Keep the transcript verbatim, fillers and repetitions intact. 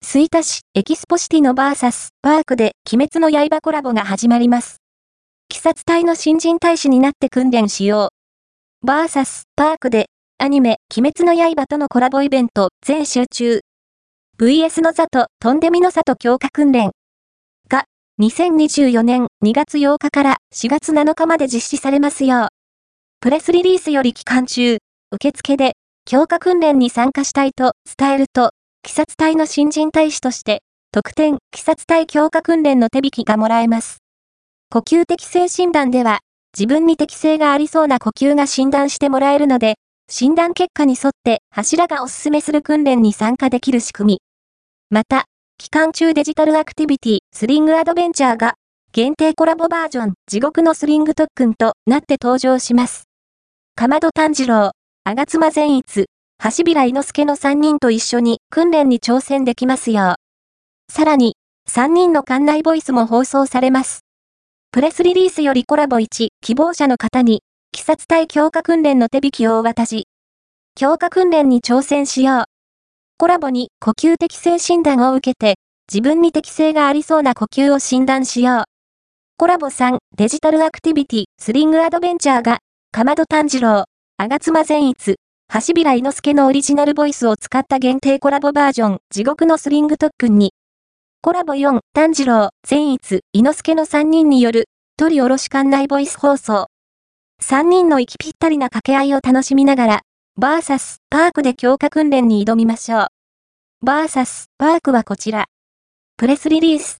吹田市エキスポシティのバーサスパークで鬼滅の刃コラボが始まります。鬼殺隊の新人隊士になって訓練しよう。バーサスパークでアニメ鬼滅の刃とのコラボイベント全集中。ブイエス の里とんでみの里強化訓練がにせんにじゅうよねんにがつようかからしがつなのかまで実施されますよう。プレスリリースより期間中、受付で強化訓練に参加したいと伝えると、鬼殺隊の新人隊士として、特典、鬼殺隊強化訓練の手引きがもらえます。呼吸適性診断では、自分に適性がありそうな呼吸が診断してもらえるので、診断結果に沿って柱がおすすめする訓練に参加できる仕組み。また、期間中デジタルアクティビティ、スリングアドベンチャーが、限定コラボバージョン、地獄のスリング特訓となって登場します。かまど炭治郎、吾妻善逸、橋平伊之助のさんにんと一緒に訓練に挑戦できますよう。さらに、さんにんの館内ボイスも放送されます。プレスリリースよりコラボいち、希望者の方に、鬼殺隊強化訓練の手引きをお渡し。強化訓練に挑戦しよう。コラボに呼吸適性診断を受けて、自分に適性がありそうな呼吸を診断しよう。コラボさん、デジタルアクティビティ、スリングアドベンチャーが、かまど炭治郎、吾妻善逸、橋平伊之助のオリジナルボイスを使った限定コラボバージョン、地獄のスリング特訓に、コラボよん、炭治郎、善逸、伊之助のさんにんによる、取り下ろし館内ボイス放送。さんにんの息ぴったりな掛け合いを楽しみながら、バーサスパークで強化訓練に挑みましょう。バーサスパークはこちら。プレスリリース。